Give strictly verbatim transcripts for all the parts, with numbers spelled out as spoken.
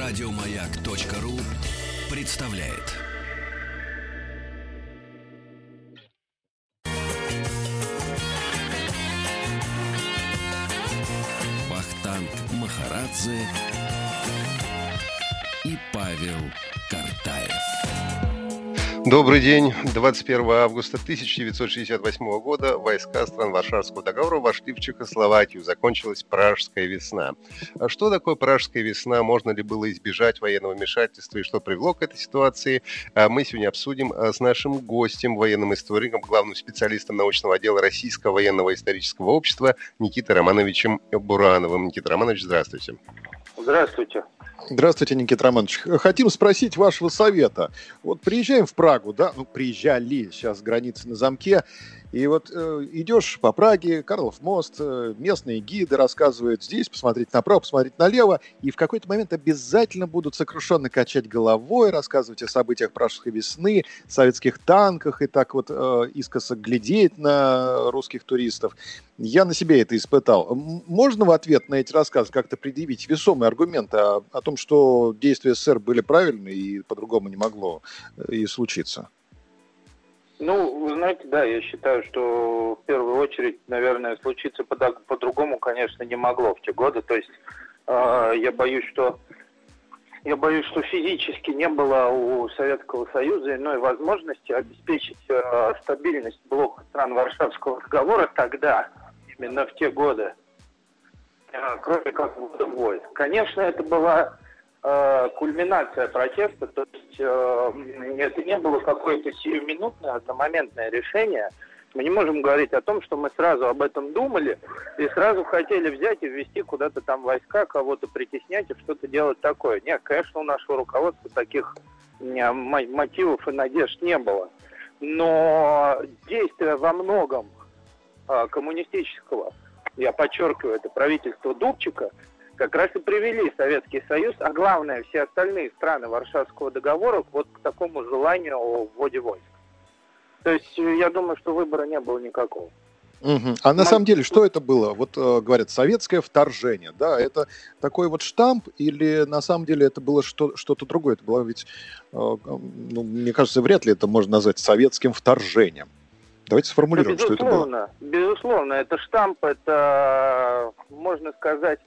Радиомаяк.ру представляет. Вахтанг Махарадзе и Павел Картаев. Добрый день. двадцать первого августа тысяча девятьсот шестьдесят восьмого года войска стран Варшавского договора вошли в Чехословакию. Закончилась Пражская весна. А что такое Пражская весна? Можно ли было избежать военного вмешательства и что привело к этой ситуации? Мы сегодня обсудим с нашим гостем, военным историком, главным специалистом научного отдела Российского военного исторического общества Никитой Романовичем Бурановым. Никита Романович, здравствуйте. Здравствуйте. Здравствуйте, Никита Романович. Хотим спросить вашего совета. Вот приезжаем в Прагу, да, ну, приезжали, сейчас границы на замке, и вот э, идешь по Праге, Карлов мост, э, местные гиды рассказывают здесь, посмотреть направо, посмотреть налево, и в какой-то момент обязательно будут сокрушенно качать головой, рассказывать о событиях Пражской весны, советских танках, и так вот э, искоса глядеть на русских туристов. Я на себе это испытал. Можно в ответ на эти рассказы как-то предъявить весомые аргументы о, о том, что действия СССР были правильны и по-другому не могло и случиться? Ну, вы знаете, да, я считаю, что в первую очередь, наверное, случиться по- по-другому, конечно, не могло в те годы. То есть э, я боюсь, что я боюсь, что физически не было у Советского Союза иной возможности обеспечить э, стабильность блока стран Варшавского договора тогда, именно в те годы, э, кроме как вводом войск. Конечно, это была э, кульминация протеста, то есть э, это не было какое-то сиюминутное, одномоментное решение. Мы не можем говорить о том, что мы сразу об этом думали и сразу хотели взять и ввести куда-то там войска, кого-то притеснять и что-то делать такое. Нет, конечно, у нашего руководства таких не, мотивов и надежд не было. Но действия во многом а, коммунистического, я подчеркиваю, это правительство Дубчика, как раз и привели Советский Союз, а главное, все остальные страны Варшавского договора вот к такому желанию о вводе войск. То есть я думаю, что выбора не было никакого. Угу. А на самом деле, что это было? Вот э, говорят, советское вторжение, да, это такой вот штамп или на самом деле это было что- что-то другое? Это было ведь, э, ну, мне кажется, вряд ли это можно назвать советским вторжением. Давайте сформулируем, Ну, что это было. Безусловно, безусловно, это штамп, это, можно сказать,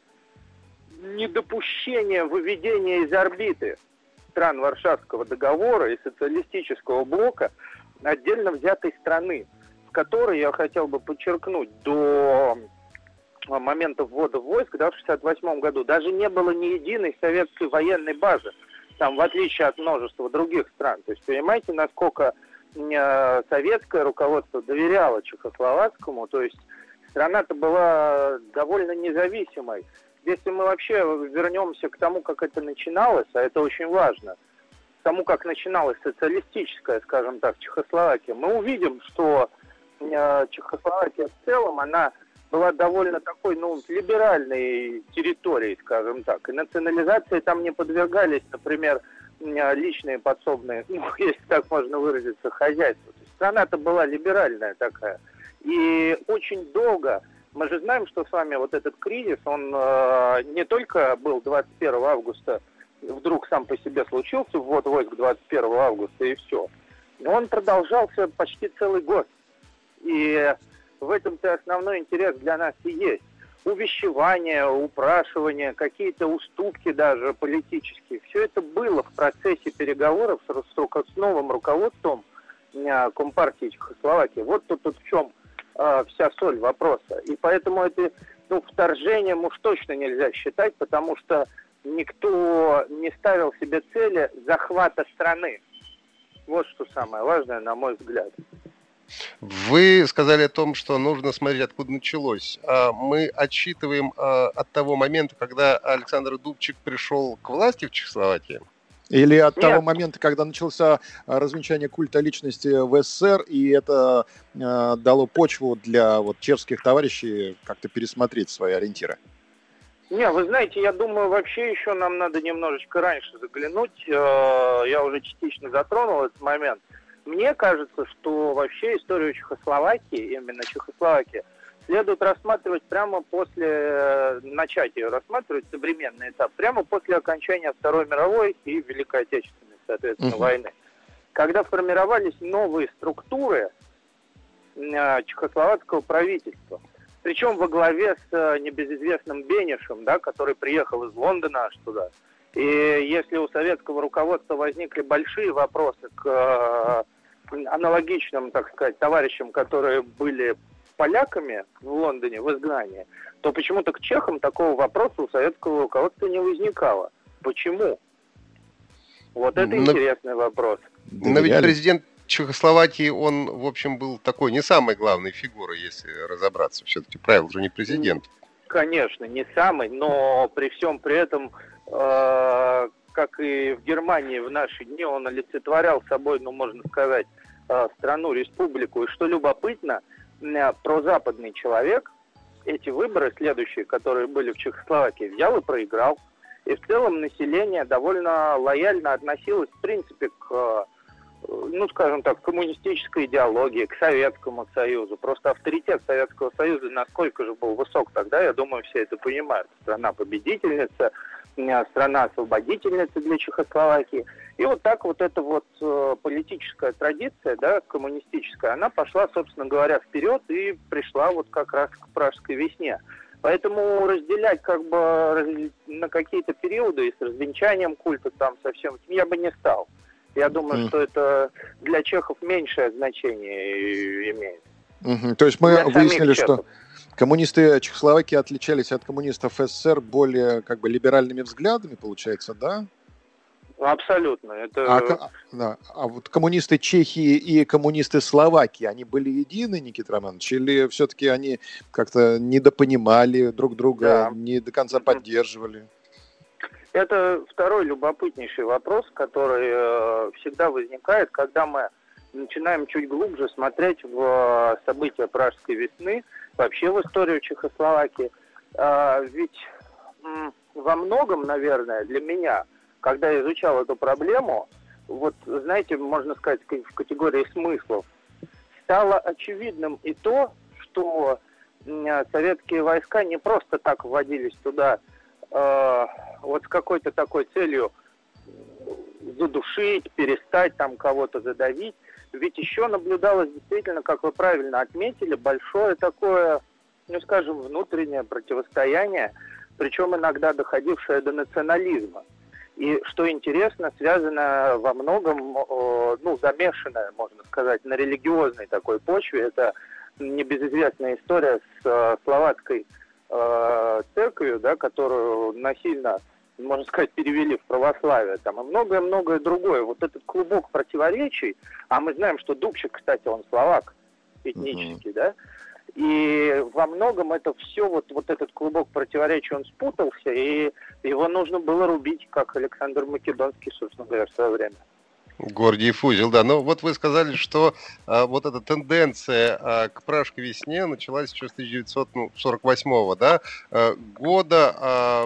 недопущение выведения из орбиты стран Варшавского договора и социалистического блока отдельно взятой страны, в которой, я хотел бы подчеркнуть, до момента ввода войск, да, в шестьдесят восьмом году, даже не было ни единой советской военной базы, там, в отличие от множества других стран. То есть, понимаете, насколько э, советское руководство доверяло чехословацкому, то есть страна-то была довольно независимой. Если мы вообще вернемся к тому, как это начиналось, а это очень важно, тому, как начиналась социалистическая, скажем так, Чехословакия, мы увидим, что э, Чехословакия в целом, она была довольно такой, ну, либеральной территорией, скажем так. И национализации там не подвергались, например, э, личные подсобные, ну, если так можно выразиться, хозяйства. То есть страна-то была либеральная такая. И очень долго, мы же знаем, что с вами вот этот кризис, он э, не только был двадцать первого августа, вдруг сам по себе случился, ввод войск двадцать первого августа и все. Но он продолжался почти целый год. И в этом-то основной интерес для нас и есть. Увещевание, упрашивание, какие-то уступки даже политические. Все это было в процессе переговоров с, с новым руководством э, Компартии Чехословакии. Вот тут, тут в чем э, вся соль вопроса. И поэтому это, ну, вторжением уж точно нельзя считать, потому что никто не ставил себе цели захвата страны. Вот что самое важное, на мой взгляд. Вы сказали о том, что нужно смотреть, откуда началось. Мы отсчитываем от того момента, когда Александр Дубчик пришел к власти в Чехословакии? Или от Нет. того момента, когда начался развенчание культа личности в СССР, и это э, дало почву для вот, чешских товарищей как-то пересмотреть свои ориентиры? Не, вы знаете, я думаю, вообще еще нам надо немножечко раньше заглянуть. Я уже частично затронул этот момент. Мне кажется, что вообще историю Чехословакии, именно Чехословакии, следует рассматривать прямо после, начать ее рассматривать, современный этап, прямо после окончания Второй мировой и Великой Отечественной, соответственно, uh-huh. войны. Когда формировались новые структуры э, чехословацкого правительства. Причем во главе с э, небезызвестным Бенешем, да, который приехал из Лондона аж туда. И если у советского руководства возникли большие вопросы к э, аналогичным, так сказать, товарищам, которые были поляками в Лондоне в изгнании, то почему-то к чехам такого вопроса у советского руководства не возникало. Почему? Вот это Но... интересный вопрос. Но ведь президент Чехословакии, он, в общем, был такой не самой главной фигурой, если разобраться. Все-таки правил же не президент. Конечно, не самый, но при всем при этом, э, как и в Германии в наши дни, он олицетворял собой, ну, можно сказать, э, страну, республику. И что любопытно, э, прозападный человек эти выборы следующие, которые были в Чехословакии, взял и проиграл. И в целом население довольно лояльно относилось, в принципе, к, ну, скажем так, коммунистической идеологии, к Советскому Союзу. Просто авторитет Советского Союза насколько же был высок тогда, я думаю, все это понимают. Страна-победительница, страна-освободительница для Чехословакии. И вот так вот эта вот политическая традиция, да, коммунистическая, она пошла, собственно говоря, вперед и пришла вот как раз к Пражской весне. Поэтому разделять как бы на какие-то периоды и с развенчанием культа там совсем я бы не стал. Я думаю, mm. что это для чехов меньшее значение имеет. Mm-hmm. То есть мы для выяснили, что коммунисты Чехословакии отличались от коммунистов СССР более как бы либеральными взглядами, получается, да? Абсолютно. Это... А, да. а вот коммунисты Чехии и коммунисты Словакии, они были едины, Никита Романович, или все-таки они как-то недопонимали друг друга, да. не до конца поддерживали? Это второй любопытнейший вопрос, который э, всегда возникает, когда мы начинаем чуть глубже смотреть в события Пражской весны, вообще в историю Чехословакии. Э, ведь э, во многом, наверное, для меня, когда я изучал эту проблему, вот, знаете, можно сказать, в категории смыслов, стало очевидным и то, что э, советские войска не просто так вводились туда э, вот с какой-то такой целью задушить, перестать там кого-то задавить. Ведь еще наблюдалось действительно, как вы правильно отметили, большое такое, ну скажем, внутреннее противостояние, причем иногда доходившее до национализма. И, что интересно, связано во многом, ну, замешанное, можно сказать, на религиозной такой почве. Это небезызвестная история с словацкой э, церковью, да, которую насильно, можно сказать, перевели в православие, там, и многое-многое другое. Вот этот клубок противоречий, а мы знаем, что Дубчик, кстати, он словак этнический, mm-hmm. да, и во многом это все, вот, вот этот клубок противоречий, он спутался, и его нужно было рубить, как Александр Македонский, собственно говоря, в свое время. Гордиев узел, да. Но вот вы сказали, что а, вот эта тенденция а, к Пражской весне началась еще с тысяча девятьсот сорок восьмого, да, а, года. А,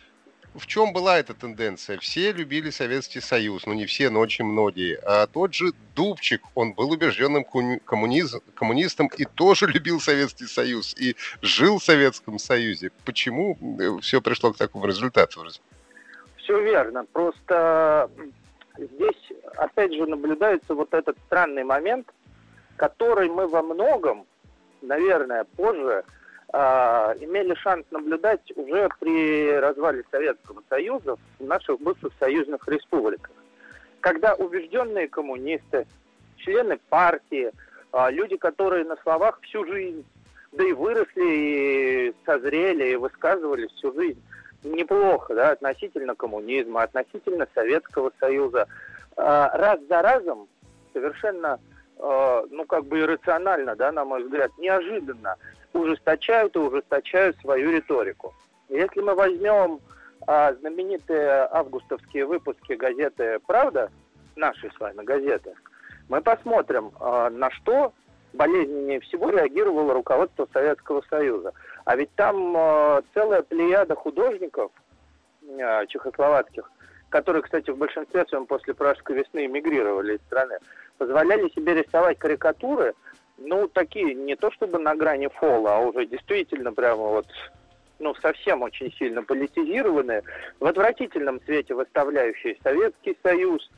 в чем была эта тенденция? Все любили Советский Союз, ну не все, но очень многие. А тот же Дубчик, он был убежденным коммуниз... коммунистом и тоже любил Советский Союз и жил в Советском Союзе. Почему все пришло к такому результату? Все верно. Просто здесь, опять же, наблюдается вот этот странный момент, который мы во многом, наверное, позже Uh, имели шанс наблюдать уже при развале Советского Союза в наших бывших союзных республиках. Когда убежденные коммунисты, члены партии, uh, люди, которые на словах всю жизнь, да и выросли, и созрели, и высказывались всю жизнь неплохо, да, относительно коммунизма, относительно Советского Союза, uh, раз за разом совершенно, uh, ну, как бы иррационально, да, на мой взгляд, неожиданно ужесточают и ужесточают свою риторику. Если мы возьмем а, знаменитые августовские выпуски газеты «Правда», нашей с вами газеты, мы посмотрим, а, на что болезненнее всего реагировало руководство Советского Союза. А ведь там а, целая плеяда художников а, чехословацких, которые, кстати, в большинстве своем после Пражской весны эмигрировали из страны, позволяли себе рисовать карикатуры ну, такие, не то чтобы на грани фола, а уже действительно прямо вот, ну, совсем очень сильно политизированные, в отвратительном свете выставляющие Советский Союз,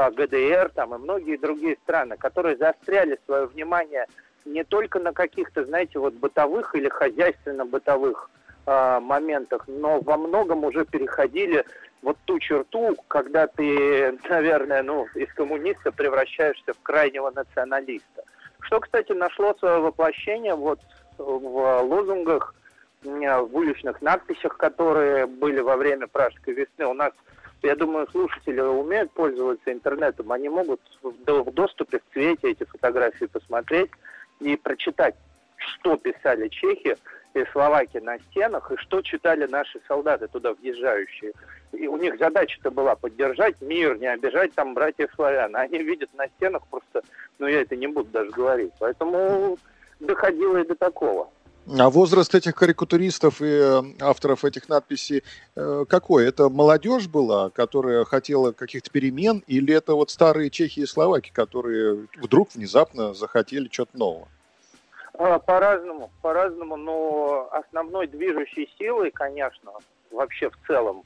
ГДР там и многие другие страны, которые заостряли свое внимание не только на каких-то, знаете, вот бытовых или хозяйственно-бытовых э, моментах, но во многом уже переходили вот ту черту, когда ты, наверное, ну, из коммуниста превращаешься в крайнего националиста. Что, кстати, нашло свое воплощение вот в лозунгах, в уличных надписях, которые были во время Пражской весны. У нас, я думаю, слушатели умеют пользоваться интернетом, они могут в доступе в цвете эти фотографии посмотреть и прочитать, что писали чехи и словаки на стенах, и что читали наши солдаты туда въезжающие. И у них задача-то была поддержать мир, не обижать там братьев славян. Они видят на стенах просто, ну я это не буду даже говорить. Поэтому доходило и до такого. А возраст этих карикатуристов и авторов этих надписей какой? Это молодежь была, которая хотела каких-то перемен, или это вот старые чехи и словаки, которые вдруг внезапно захотели чего-то нового? По-разному, по-разному, но основной движущей силой, конечно, вообще в целом,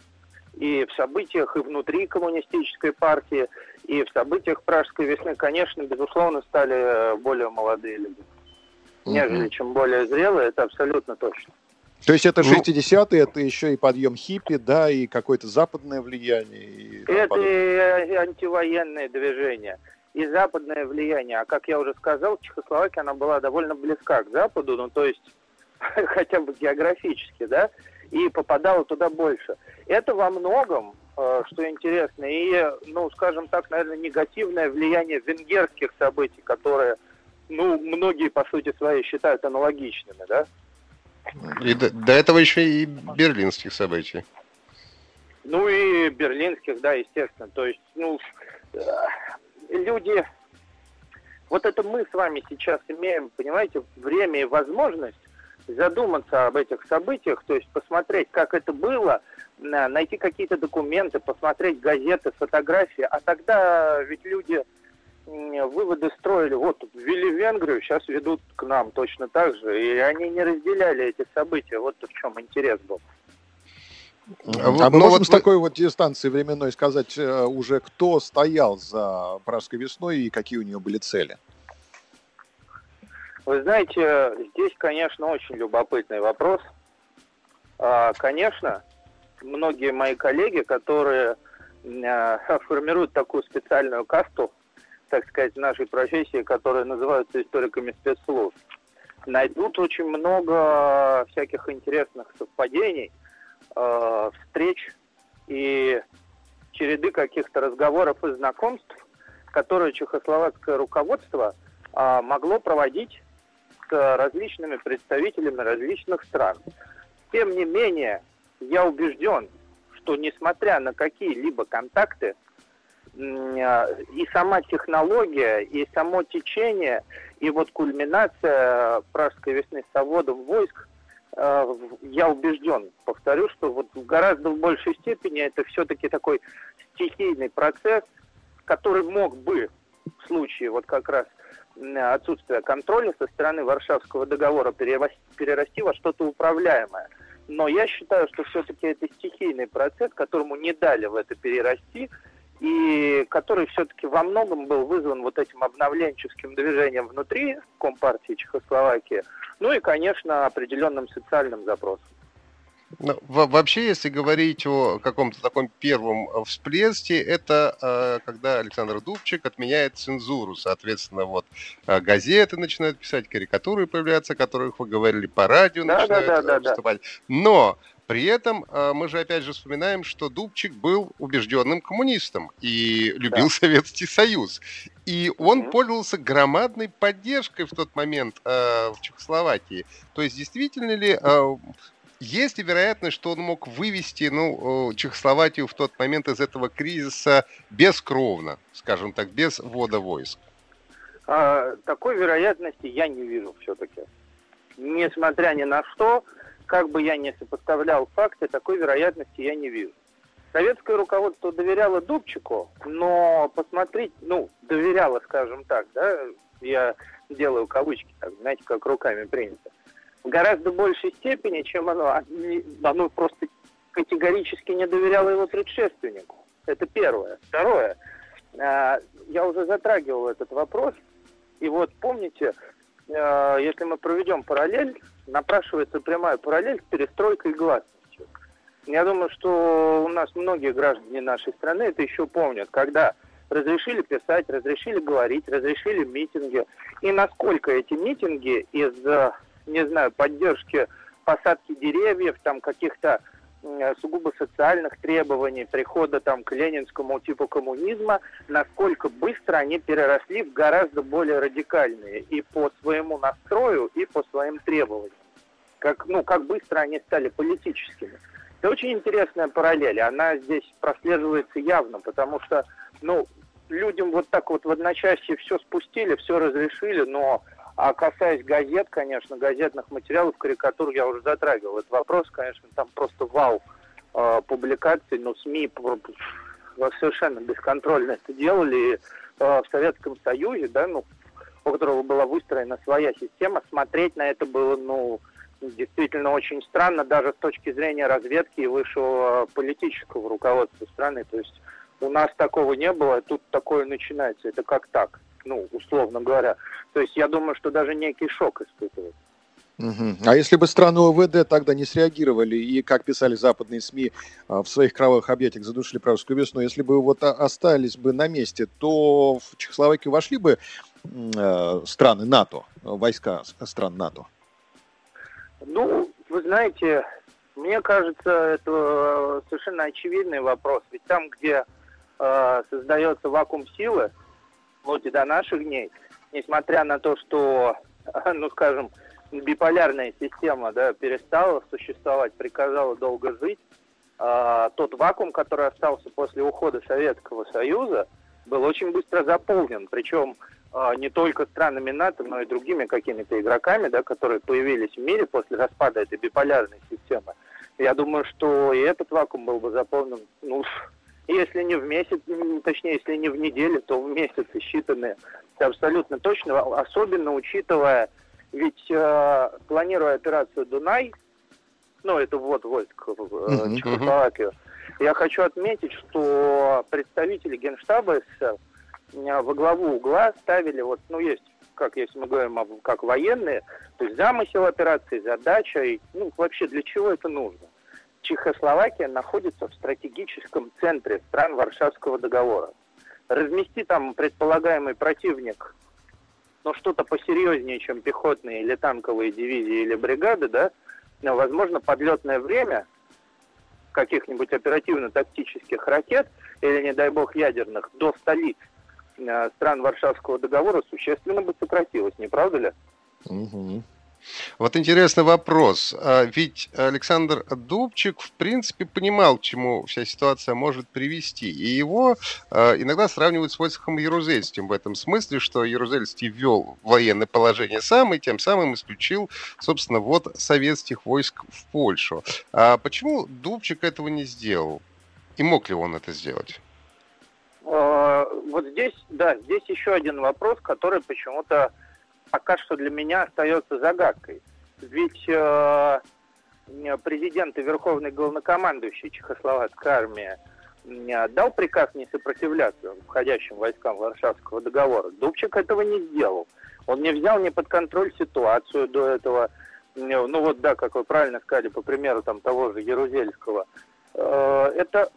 и в событиях, и внутри коммунистической партии, и в событиях Пражской весны, конечно, безусловно, стали более молодые люди. Нежели чем более зрелые, это абсолютно точно. То есть это шестидесятые, это еще и подъем хиппи, да, и какое-то западное влияние? И это и антивоенное движение, и западное влияние. А как я уже сказал, Чехословакия, она была довольно близка к Западу, ну то есть хотя бы географически, да, и попадала туда больше. Это во многом, что интересно, и, ну, скажем так, наверное, негативное влияние венгерских событий, которые... Ну, многие, по сути своей, считают аналогичными, да? И до, до этого еще и берлинских событий. Ну, и берлинских, да, естественно. То есть, ну, люди... Вот это мы с вами сейчас имеем, понимаете, время и возможность задуматься об этих событиях, то есть посмотреть, как это было, найти какие-то документы, посмотреть газеты, фотографии. А тогда ведь люди... выводы строили, вот ввели Венгрию, сейчас ведут к нам точно так же, и они не разделяли эти события, вот в чем интерес был. А, а мы можем вот с такой вот дистанции временной сказать уже, кто стоял за Пражской весной и какие у нее были цели? Вы знаете, здесь, конечно, очень любопытный вопрос. Конечно, многие мои коллеги, которые формируют такую специальную касту, так сказать, в нашей профессии, которые называются историками спецслужб, найдут очень много всяких интересных совпадений, э, встреч и череды каких-то разговоров и знакомств, которые чехословацкое руководство э, могло проводить с различными представителями различных стран. Тем не менее, я убежден, что несмотря на какие-либо контакты, и сама технология, и само течение, и вот кульминация Пражской весны с вводом войск, я убежден, повторю, что вот в гораздо большей степени это все-таки такой стихийный процесс, который мог бы в случае вот как раз отсутствия контроля со стороны Варшавского договора перерасти во что-то управляемое. Но я считаю, что все-таки это стихийный процесс, которому не дали в это перерасти, и который все-таки во многом был вызван вот этим обновленческим движением внутри Компартии Чехословакии, ну и, конечно, определенным социальным запросом. Ну, вообще, если говорить о каком-то таком первом всплеске, это э, когда Александр Дубчик отменяет цензуру. Соответственно, вот э, газеты начинают писать, карикатуры появляются, о которых вы говорили, по радио да, начинают да, да, выступать. Да, да. Но при этом э, мы же опять же вспоминаем, что Дубчик был убежденным коммунистом и любил да. Советский Союз. И он mm-hmm. пользовался громадной поддержкой в тот момент э, в Чехословакии. То есть, действительно ли... Э, Есть ли вероятность, что он мог вывести ну, Чехословакию в тот момент из этого кризиса бескровно, скажем так, без ввода войск? А, такой вероятности я не вижу все-таки. Несмотря ни на что, как бы я ни сопоставлял факты, такой вероятности я не вижу. Советское руководство доверяло Дубчику, но посмотреть, ну, доверяло, скажем так, да, я делаю кавычки, так, знаете, как руками принято, в гораздо большей степени, чем оно, оно просто категорически не доверяло его предшественнику. Это первое. Второе. Я уже затрагивал этот вопрос. И вот помните, если мы проведем параллель, напрашивается прямая параллель с перестройкой и гласностью. Я думаю, что у нас многие граждане нашей страны это еще помнят, когда разрешили писать, разрешили говорить, разрешили митинги. И насколько эти митинги из, не знаю, поддержки посадки деревьев, там каких-то сугубо социальных требований, прихода там к ленинскому типу коммунизма, насколько быстро они переросли в гораздо более радикальные и по своему настрою, и по своим требованиям. Как, ну, как быстро они стали политическими. Это очень интересная параллель, она здесь прослеживается явно, потому что, ну, людям вот так вот в одночасье все спустили, все разрешили, но, а касаясь газет, конечно, газетных материалов, карикатур я уже затрагивал. Этот вопрос, конечно, там просто вау э, публикаций, но СМИ совершенно бесконтрольно это делали. И, э, в Советском Союзе, да, ну, у которого была выстроена своя система, смотреть на это было, ну, действительно очень странно, даже с точки зрения разведки и высшего политического руководства страны. То есть у нас такого не было, а тут такое начинается. Это как так? Ну, условно говоря. То есть я думаю, что даже некий шок испытывают. Угу. А если бы страны ОВД тогда не среагировали и, как писали западные СМИ, в своих кровавых объятиях задушили Пражскую весну, если бы вот остались бы на месте, то в Чехословакию вошли бы э, страны НАТО, войска стран НАТО? Ну, вы знаете, мне кажется, это совершенно очевидный вопрос. Ведь там, где э, создается вакуум силы, вот и до наших дней, несмотря на то, что, ну, скажем, биполярная система, да, перестала существовать, приказала долго жить, э, тот вакуум, который остался после ухода Советского Союза, был очень быстро заполнен. Причем э, не только странами НАТО, но и другими какими-то игроками, да, которые появились в мире после распада этой биполярной системы. Я думаю, что и этот вакуум был бы заполнен, ну, если не в месяц, точнее, если не в неделю, то в месяцы считанные. Это абсолютно точно, особенно учитывая, ведь э, планируя операцию «Дунай», ну, это ввод войск в э, Чехословакию, я хочу отметить, что представители Генштаба СССР во главу угла ставили, вот, ну, есть, как если мы говорим, как военные, то есть замысел операции, задача, и, ну, вообще для чего это нужно. Чехословакия находится в стратегическом центре стран Варшавского договора. Размести там предполагаемый противник, ну, что-то посерьезнее, чем пехотные или танковые дивизии или бригады, да, но, возможно, подлетное время каких-нибудь оперативно-тактических ракет или, не дай бог, ядерных до столиц э, стран Варшавского договора существенно бы сократилось, не правда ли? Угу. Вот интересный вопрос. Ведь Александр Дубчик, в принципе, понимал, к чему вся ситуация может привести. И его иногда сравнивают с Войцехом Ярузельским в этом смысле, что Ярузельский ввел военное положение сам и тем самым исключил, собственно, ввод советских войск в Польшу. А почему Дубчик этого не сделал? И мог ли он это сделать? Вот здесь, да, здесь еще один вопрос, который почему-то пока что для меня остается загадкой. Ведь э, президент и верховный главнокомандующий Чехословацкой армии э, дал приказ не сопротивляться входящим войскам Варшавского договора. Дубчик этого не сделал. Он не взял ни под контроль ситуацию до этого. Ну вот, да, как вы правильно сказали, по примеру там того же Ярузельского. Э, это,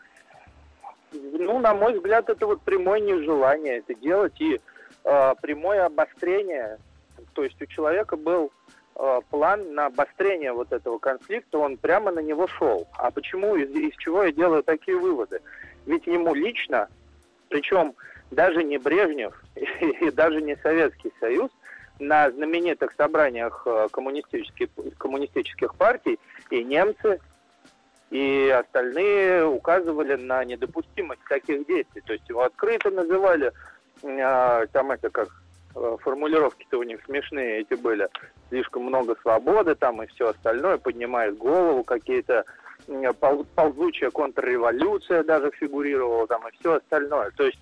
ну, на мой взгляд, это вот прямое нежелание это делать и э, прямое обострение. То есть у человека был э, план на обострение вот этого конфликта, он прямо на него шел. А почему, из, из чего я делаю такие выводы? Ведь ему лично, причем даже не Брежнев и, и даже не Советский Союз, на знаменитых собраниях коммунистических, коммунистических партий и немцы, и остальные указывали на недопустимость таких действий. То есть его открыто называли, э, там это как... формулировки-то у них смешные эти были. Слишком много свободы там и все остальное. Поднимает голову, какие-то пол, ползучая контрреволюция даже фигурировала там и все остальное. То есть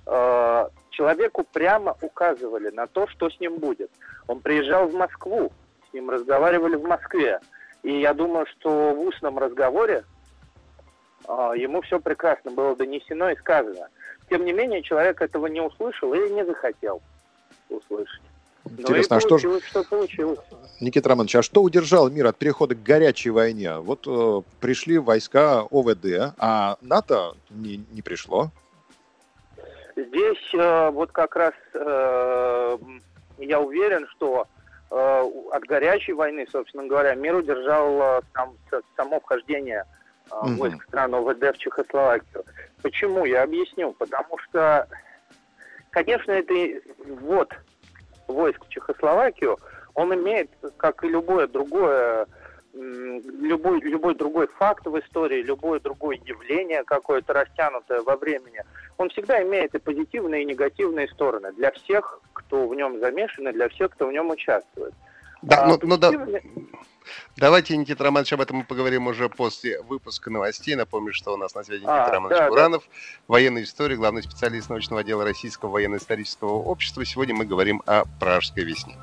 э, человеку прямо указывали на то, что с ним будет. Он приезжал в Москву, с ним разговаривали в Москве. И я думаю, что в устном разговоре э, ему все прекрасно было донесено и сказано. Тем не менее, человек этого не услышал или не захотел услышать. Интересно, ну а что же... что получилось. Никита Романович, а что удержало мир от перехода к горячей войне? Вот э, пришли войска ОВД, а НАТО не, не пришло. Здесь э, вот как раз э, я уверен, что э, от горячей войны, собственно говоря, мир удержал э, сам, само вхождение э, Угу. войск стран ОВД в Чехословакию. Почему? Я объясню. Потому что, конечно, это ввод войск в Чехословакию, он имеет, как и любое другое, любой, любой другой факт в истории, любое другое явление какое-то растянутое во времени, он всегда имеет и позитивные, и негативные стороны для всех, кто в нем замешан, и для всех, кто в нем участвует. Да, а ну, ну да. позитивные... Давайте, Никита Романович, об этом мы поговорим уже после выпуска новостей. Напомню, что у нас на связи Никита А, Романович да, Буранов, да. военный историк, главный специалист научного отдела Российского военно-исторического общества. Сегодня мы говорим о Пражской весне.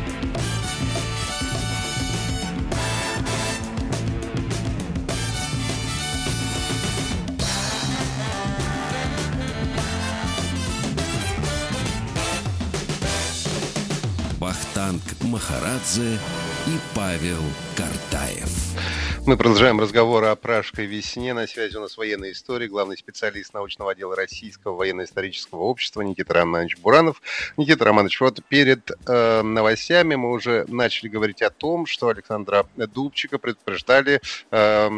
Вахтанг Махарадзе и Павел Картаев. Мы продолжаем разговор о Пражской весне. На связи у нас военный историк, главный специалист научного отдела Российского военно-исторического общества Никита Романович Буранов. Никита Романович, вот перед э, новостями мы уже начали говорить о том, что Александра Дубчика предупреждали э,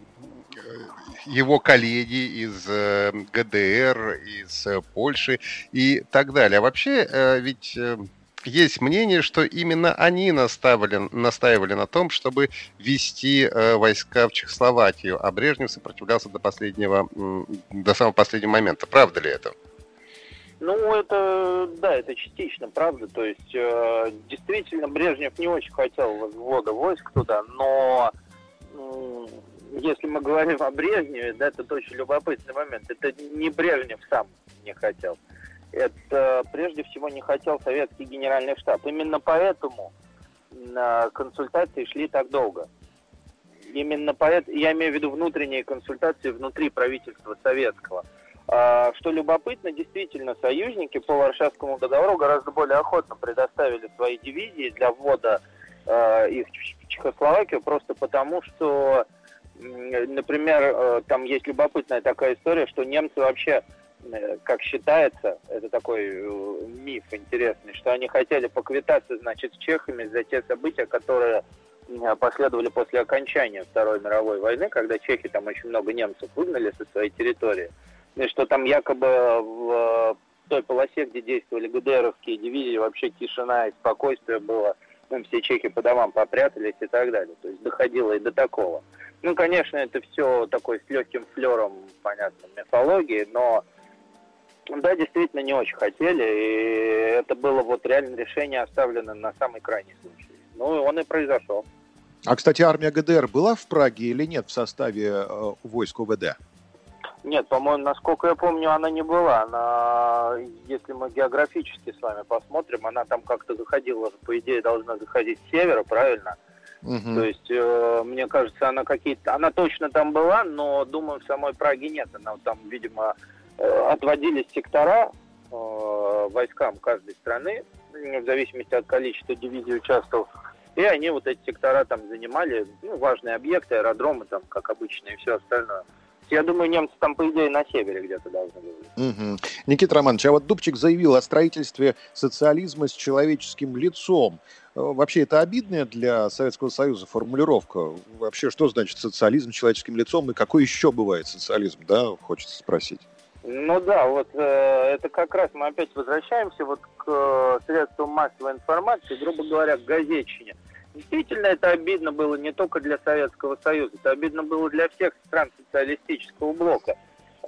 его коллеги из э, ГДР, из э, Польши и так далее. А вообще, э, ведь... Э, Есть мнение, что именно они настаивали, настаивали на том, чтобы ввести э, войска в Чехословакию, а Брежнев сопротивлялся до последнего, до самого последнего момента. Правда ли это? Ну, это, да, это частично правда. То есть, э, действительно, Брежнев не очень хотел ввода войск туда, но э, если мы говорим о Брежневе, да, это очень любопытный момент. Это не Брежнев сам не хотел. Это прежде всего не хотел советский генеральный штаб. Именно поэтому э, консультации шли так долго. Именно поэтому, я имею в виду внутренние консультации внутри правительства советского. А, что любопытно, действительно, союзники по Варшавскому договору гораздо более охотно предоставили свои дивизии для ввода э, их в Чехословакию, просто потому что, э, например, э, там есть любопытная такая история, что немцы вообще, как считается, это такой э, миф интересный, что они хотели поквитаться, значит, с чехами за те события, которые э, последовали после окончания Второй мировой войны, когда чехи там очень много немцев выгнали со своей территории, и что там якобы в э, той полосе, где действовали ГДРовские дивизии, вообще тишина и спокойствие было, ну, все чехи по домам попрятались и так далее, то есть доходило и до такого. Ну, конечно, это все такое с легким флером, понятно, мифологии, но да, действительно не очень хотели, и это было вот реально решение оставлено на самый крайний случай. Ну, и он и произошел. А, кстати, армия ГДР была в Праге или нет в составе э, войск ОВД? Нет, по-моему, насколько я помню, она не была. Она, если мы географически с вами посмотрим, она там как-то заходила, по идее, должна заходить с севера, правильно? Угу. То есть, э, мне кажется, она какие-то... Она точно там была, но, думаю, в самой Праге нет. Она там, видимо... отводились сектора э, войскам каждой страны, в зависимости от количества дивизий участвовал, и они вот эти сектора там занимали, ну, важные объекты, аэродромы там, как обычно, и все остальное. Я думаю, немцы там, по идее, на севере где-то должны были. Угу. Никита Романович, а вот Дубчик заявил о строительстве социализма с человеческим лицом. Вообще, это обидная для Советского Союза формулировка? Вообще, что значит социализм с человеческим лицом, и какой еще бывает социализм, да, хочется спросить. Ну да, вот э, это как раз мы опять возвращаемся вот к э, средствам массовой информации, грубо говоря, к газетчине. Действительно, это обидно было не только для Советского Союза, это обидно было для всех стран социалистического блока.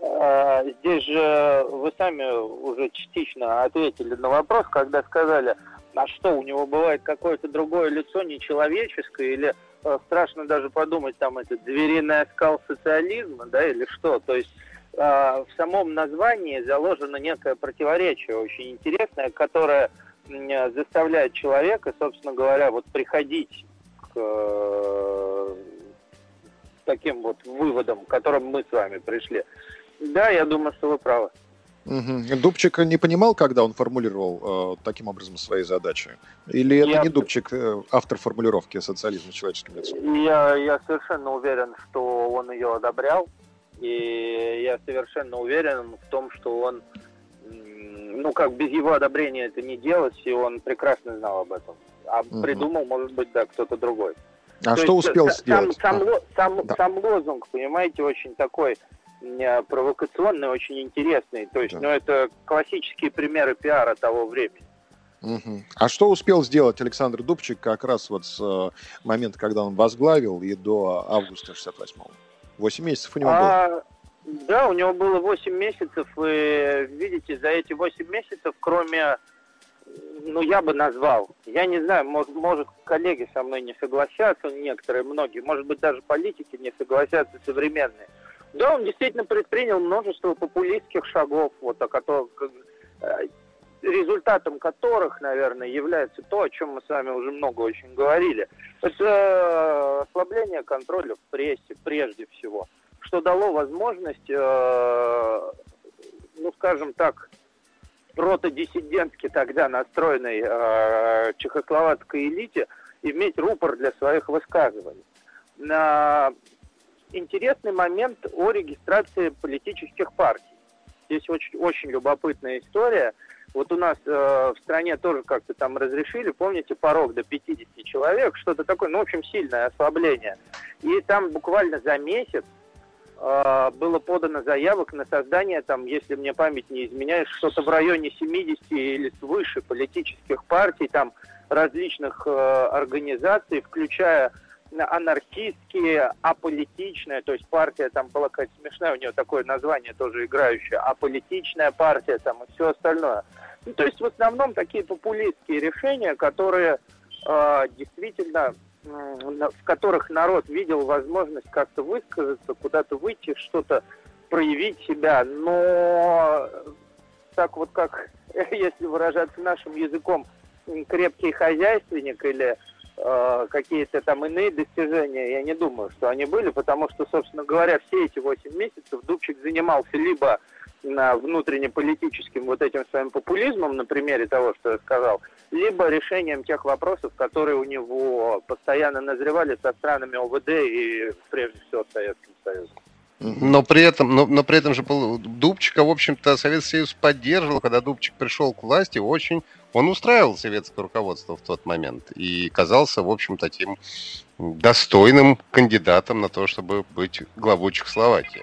Э, здесь же вы сами уже частично ответили на вопрос, когда сказали, а что, у него бывает какое-то другое лицо, нечеловеческое, или э, страшно даже подумать, там, это звериный оскал социализма, да, или что, то есть в самом названии заложено некое противоречие очень интересное, которое заставляет человека, собственно говоря, вот приходить к таким вот выводам, к которым мы с вами пришли. Да, я думаю, что вы правы. Угу. Дубчик не понимал, когда он формулировал э, таким образом свои задачи? Или это я... не Дубчик, э, автор формулировки социализма человеческим лицом? Я, я совершенно уверен, что он ее одобрял. И я совершенно уверен в том, что он, ну как, без его одобрения это не делать, и он прекрасно знал об этом. А угу. придумал, может быть, да, кто-то другой. А То что есть, успел сам, сделать? Сам, сам, сам, да. сам лозунг, понимаете, очень такой провокационный, очень интересный. То есть, да. ну, это классические примеры пиара того времени. Угу. А что успел сделать Александр Дубчик как раз вот с э, момента, когда он возглавил, и до августа шестьдесят восьмого? Восемь месяцев у него а, было? Да, у него было восемь месяцев, и, видите, за эти восемь месяцев, кроме, ну, я бы назвал, я не знаю, может, может, коллеги со мной не согласятся, некоторые, многие, может быть, даже политики не согласятся, современные. Да, он действительно предпринял множество популистских шагов, вот, о которых, результатом которых, наверное, является то, о чем мы с вами уже много очень говорили. Это ослабление контроля в прессе, прежде всего, что дало возможность, э, ну, скажем так, протодиссидентски тогда настроенной э, чехословацкой элите иметь рупор для своих высказываний. На интересный момент о регистрации политических партий. Здесь очень, очень любопытная история. Вот у нас э, в стране тоже как-то там разрешили, помните, порог до пятидесяти человек, что-то такое, ну, в общем, сильное ослабление. И там буквально за месяц э, было подано заявок на создание, там, если мне память не изменяет, что-то в районе семидесяти или свыше политических партий, там, различных э, организаций, включая анархистские, аполитичная, то есть партия там была какая-то смешная, у нее такое название тоже играющее, аполитичная партия там и все остальное. Ну, то есть в основном такие популистские решения, которые э, действительно, э, в которых народ видел возможность как-то высказаться, куда-то выйти, что-то проявить себя, но так вот как, если выражаться нашим языком, крепкий хозяйственник или какие-то там иные достижения, я не думаю, что они были, потому что, собственно говоря, все эти восемь месяцев Дубчик занимался либо внутреннеполитическим вот этим своим популизмом, на примере того, что я сказал, либо решением тех вопросов, которые у него постоянно назревали со странами ОВД и, прежде всего, с Советским Союзом. Но при этом, но, но при этом же Дубчика, в общем-то, Советский Союз поддерживал, когда Дубчик пришел к власти, очень он устраивал советское руководство в тот момент и казался, в общем, таким достойным кандидатом на то, чтобы быть главой Чехословакии.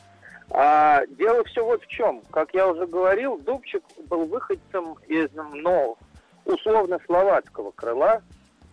А, дело все вот в чем. Как я уже говорил, Дубчик был выходцем из, ну, условно-словацкого крыла,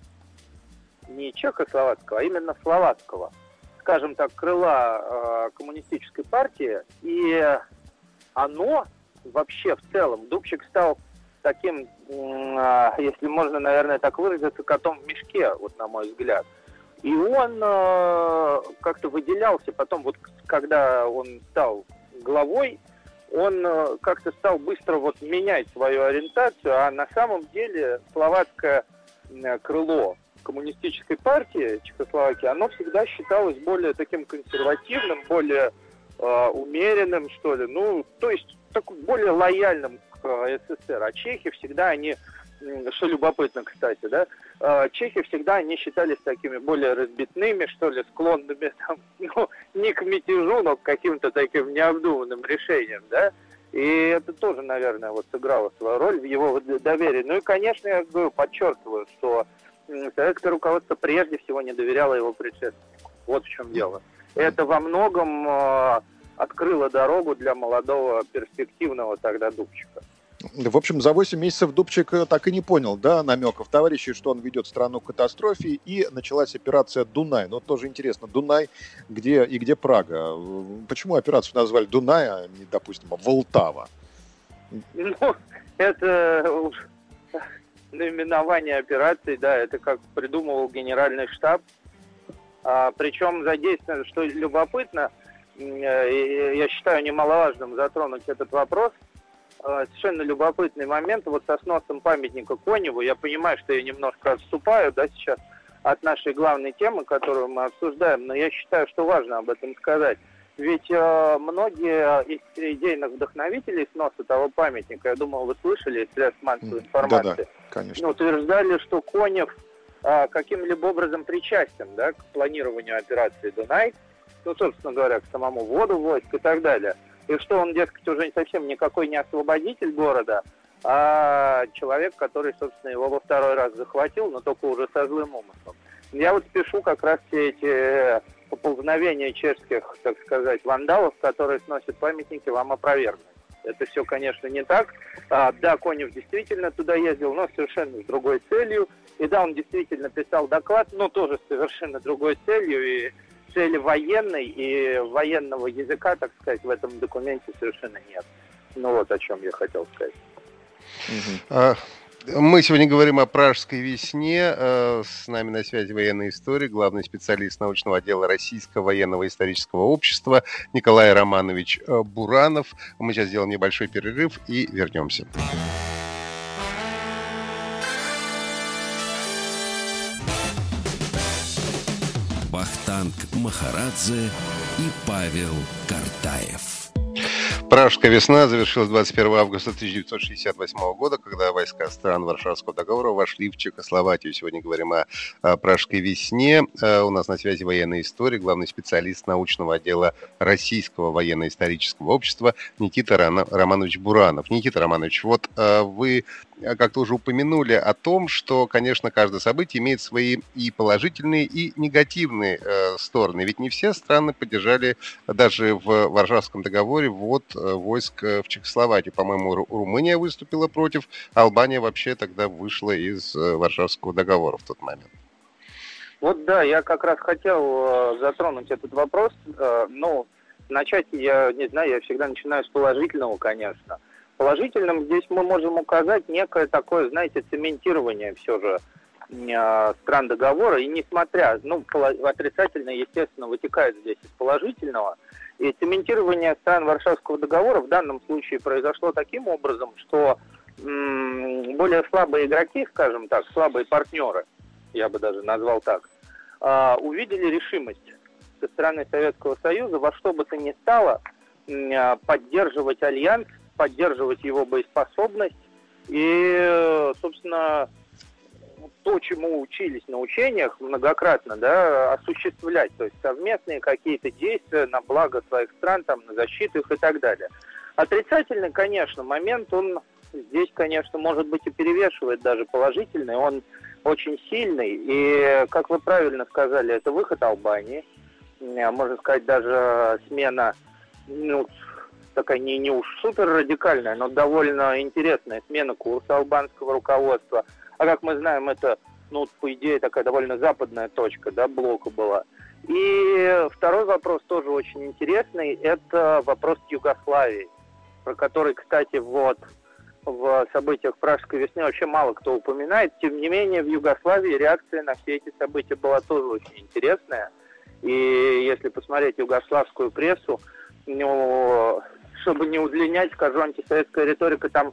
не чехословацкого, а именно словацкого, скажем так, крыла э, коммунистической партии, и оно вообще в целом, Дубчик стал таким, э, если можно, наверное, так выразиться, котом в мешке, вот на мой взгляд. И он э, как-то выделялся потом, вот когда он стал главой, он э, как-то стал быстро вот менять свою ориентацию, а на самом деле словацкое э, крыло коммунистической партии Чехословакии, оно всегда считалось более таким консервативным, более э, умеренным, что ли, ну, то есть такой более лояльным к э, СССР. А чехи всегда они, что любопытно, кстати, да, э, чехи всегда они считались такими более разбитными, что ли, склонными, там, ну, не к мятежу, но к каким-то таким необдуманным решениям, да. И это тоже, наверное, вот сыграло свою роль в его доверии. Ну и, конечно, я говорю, подчеркиваю, что советское руководство прежде всего не доверяло его предшественнику. Вот в чем дело. Это во многом э, открыло дорогу для молодого, перспективного тогда Дубчика. В общем, за восемь месяцев Дубчик так и не понял, да, намеков товарищей, что он ведет страну к катастрофе, и началась операция «Дунай». Ну, тоже интересно, Дунай где и где Прага? Почему операцию назвали Дунай, а не, допустим, Волтава? Ну, это наименование операции, да, это как придумывал генеральный штаб. А, причем задействовано, что любопытно, я считаю немаловажным затронуть этот вопрос. Совершенно любопытный момент. Вот со сносом памятника Коневу, я понимаю, что я немножко отступаю, да, сейчас от нашей главной темы, которую мы обсуждаем, но я считаю, что важно об этом сказать. Ведь э, многие из идейных вдохновителей сноса того памятника, я думаю, вы слышали из средств массовой информации, да, да, конечно. утверждали, что Конев э, каким-либо образом причастен, да, к планированию операции «Дунай», ну, собственно говоря, к самому вводу войск и так далее. И что он, дескать, уже совсем никакой не освободитель города, а человек, который, собственно, его во второй раз захватил, но только уже со злым умыслом. Я вот спешу как раз все эти поползновения чешских, так сказать, вандалов, которые сносят памятники, вам опровергнуть. Это все, конечно, не так. А, да, Конев действительно туда ездил, но совершенно с другой целью. И да, он действительно писал доклад, но тоже с совершенно другой целью. И цели военной, и военного языка, так сказать, в этом документе совершенно нет. Ну вот о чем я хотел сказать. Uh-huh. Мы сегодня говорим о Пражской весне. С нами на связи военный историк, главный специалист научного отдела Российского военного исторического общества Николай Романович Буранов. Мы сейчас сделаем небольшой перерыв и вернемся. Вахтанг Махарадзе и Павел Картаев. Пражская весна завершилась двадцать первого августа тысяча девятьсот шестьдесят восьмого года, когда войска стран Варшавского договора вошли в Чехословакию. Сегодня говорим о, о Пражской весне. У нас на связи военный историк, главный специалист научного отдела Российского военно-исторического общества Никита Романович Буранов. Никита Романович, вот вы как-то уже упомянули о том, что, конечно, каждое событие имеет свои и положительные, и негативные э, стороны. Ведь не все страны поддержали даже в Варшавском договоре ввод э, войск в Чехословакию. По-моему, Ру- Румыния выступила против, а Албания вообще тогда вышла из э, Варшавского договора в тот момент. Вот да, я как раз хотел э, затронуть этот вопрос. Э, но начать я не знаю, я всегда начинаю с положительного, конечно. Положительным здесь мы можем указать некое такое, знаете, цементирование все же э, стран договора. И несмотря, ну, отрицательное, естественно, вытекает здесь из положительного. И цементирование стран Варшавского договора в данном случае произошло таким образом, что м- более слабые игроки, скажем так, слабые партнеры, я бы даже назвал так, э, увидели решимость со стороны Советского Союза во что бы то ни стало э, поддерживать альянс, поддерживать его боеспособность и, собственно, то, чему учились на учениях многократно, да, осуществлять, то есть совместные какие-то действия на благо своих стран, там, на защиту их и так далее. Отрицательный, конечно, момент, он здесь, конечно, может быть и перевешивает даже положительный, он очень сильный, и, как вы правильно сказали, это выход Албании, можно сказать, даже смена, ну, такая не, не уж супер радикальная, но довольно интересная смена курса албанского руководства. А как мы знаем, это, ну, по идее, такая довольно западная точка, да, блока была. И второй вопрос тоже очень интересный, это вопрос Югославии, про который, кстати, вот в событиях Пражской весны вообще мало кто упоминает. Тем не менее, в Югославии реакция на все эти события была тоже очень интересная. И если посмотреть югославскую прессу, ну, чтобы не удлинять, скажу, антисоветская риторика там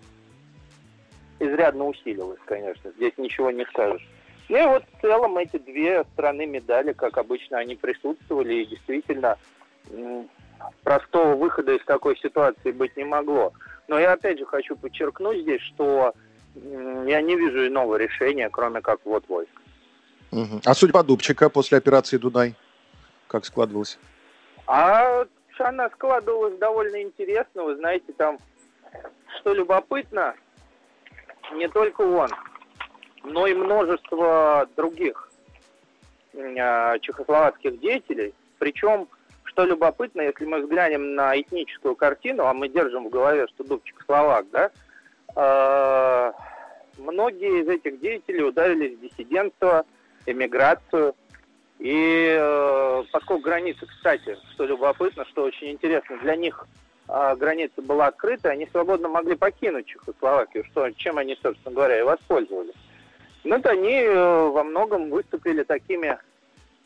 изрядно усилилась, конечно. Здесь ничего не скажешь. Ну и вот в целом эти две стороны медали, как обычно, они присутствовали. И действительно, простого выхода из такой ситуации быть не могло. Но я опять же хочу подчеркнуть здесь, что я не вижу иного решения, кроме как ввод войск. Угу. А судьба Дубчика после операции «Дунай» как складывалась? А она складывалась довольно интересно. Вы знаете, там, что любопытно, не только он, но и множество других э, чехословацких деятелей. Причем, что любопытно, если мы взглянем на этническую картину, а мы держим в голове, что Дубчик словак, да, э, многие из этих деятелей ударились в диссидентство, эмиграцию. И э, поскольку граница, кстати, что любопытно, что очень интересно, для них э, граница была открыта, они свободно могли покинуть Чехословакию, что, чем они, собственно говоря, и воспользовались. Ну, вот они э, во многом выступили такими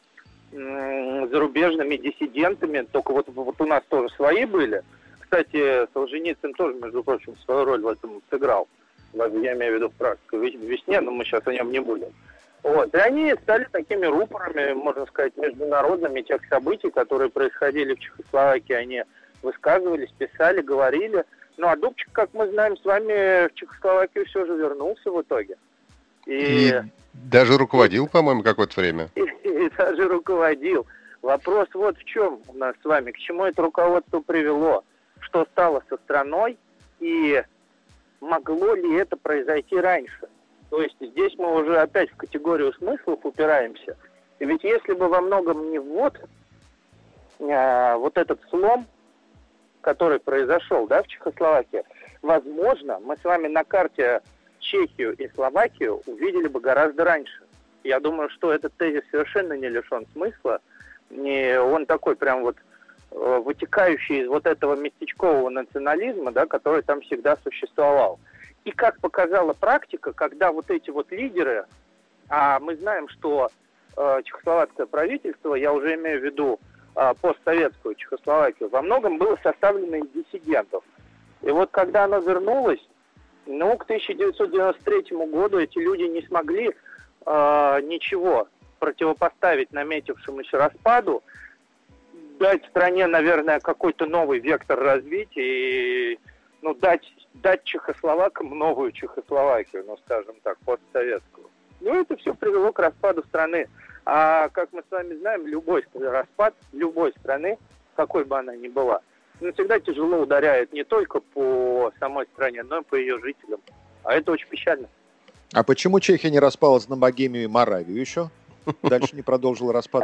зарубежными диссидентами, только вот, вот у нас тоже свои были. Кстати, Солженицын тоже, между прочим, свою роль в этом сыграл. Я имею в виду в «Пражской весне», но мы сейчас о нем не будем. Вот. И они стали такими рупорами, можно сказать, международными тех событий, которые происходили в Чехословакии. Они высказывались, писали, говорили. Ну, а Дубчик, как мы знаем с вами, в Чехословакию все же вернулся в итоге. И, и даже руководил, по-моему, какое-то время. И, и даже руководил. Вопрос вот в чем у нас с вами. К чему это руководство привело? Что стало со страной? И могло ли это произойти раньше? То есть здесь мы уже опять в категорию смыслов упираемся. И ведь если бы во многом не вот, а, вот этот слом, который произошел, да, в Чехословакии, возможно, мы с вами на карте Чехию и Словакию увидели бы гораздо раньше. Я думаю, что этот тезис совершенно не лишен смысла. Не, он такой прям вот э, вытекающий из вот этого местечкового национализма, да, который там всегда существовал. И как показала практика, когда вот эти вот лидеры, а мы знаем, что э, чехословацкое правительство, я уже имею в виду э, постсоветскую Чехословакию, во многом было составлено из диссидентов. И вот когда оно вернулось, ну, к тысяча девятьсот девяносто третьему году эти люди не смогли э, ничего противопоставить наметившемуся распаду, дать стране, наверное, какой-то новый вектор развития и, ну, дать, дать чехословакам новую Чехословакию, ну, скажем так, постсоветскую. Ну, это все привело к распаду страны. А, как мы с вами знаем, любой распад любой страны, какой бы она ни была, навсегда тяжело ударяет не только по самой стране, но и по ее жителям. А это очень печально. А почему Чехия не распалась на Богемию и Моравию еще? Дальше не продолжила распад?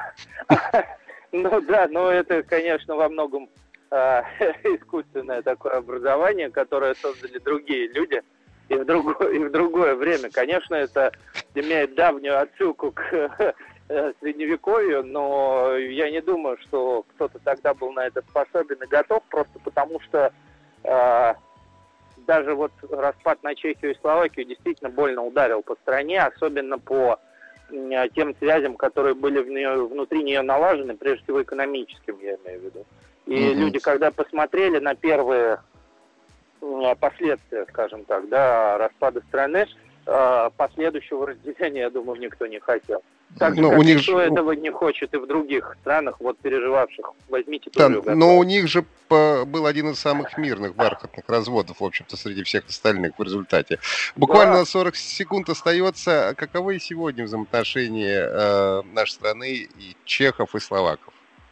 Ну да, но это, конечно, во многом искусственное такое образование, которое создали другие люди и в другое, и в другое время. Конечно, это имеет давнюю отсылку к Средневековью, но я не думаю, что кто-то тогда был на это способен и готов, просто потому что э, даже вот распад на Чехию и Словакию действительно больно ударил по стране, особенно по э, тем связям, которые были в нее, внутри нее налажены, прежде всего экономическим, я имею в виду. И mm-hmm. люди, когда посмотрели на первые э, последствия, скажем так, да, распада страны, э, последующего разделения, я думаю, никто не хотел. Так же, но как у них никто же... этого не хочет и в других странах, вот переживавших. Возьмите да, тоже. но у них же по... был один из самых мирных, бархатных разводов, в общем-то, среди всех остальных в результате. Буквально да. сорок секунд остается. Каковы сегодня взаимоотношения э, нашей страны и чехов, и словаков?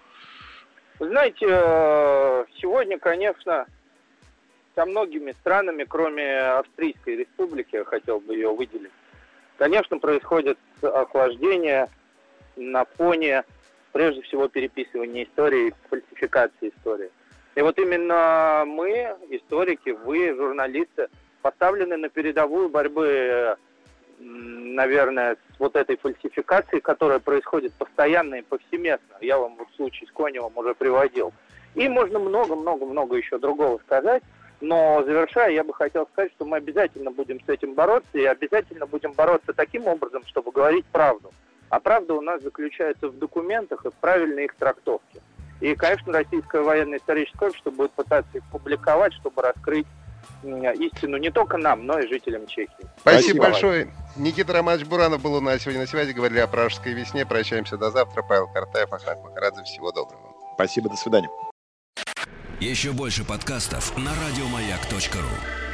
Вы знаете, сегодня, конечно, со многими странами, кроме Австрийской республики, я хотел бы ее выделить, конечно, происходит охлаждение на фоне, прежде всего, переписывания истории, фальсификации истории. И вот именно мы, историки, вы, журналисты, поставлены на передовую борьбы, наверное, с вот этой фальсификацией, которая происходит постоянно и повсеместно. Я вам вот случай с Коневым уже приводил. И можно много-много-много еще другого сказать. Но, завершая, я бы хотел сказать, что мы обязательно будем с этим бороться, и обязательно будем бороться таким образом, чтобы говорить правду. А правда у нас заключается в документах и в правильной их трактовке. И, конечно, Российское военно-историческое общество будет пытаться их публиковать, чтобы раскрыть истину не только нам, но и жителям Чехии. Спасибо, Спасибо большое. Никита Романович Буранов был у нас сегодня на связи. Говорили о Пражской весне. Прощаемся до завтра. Павел Картаев, Ахмед Махарадзе. Всего доброго. Спасибо, до свидания. Еще больше подкастов на радиомаяк точка ру.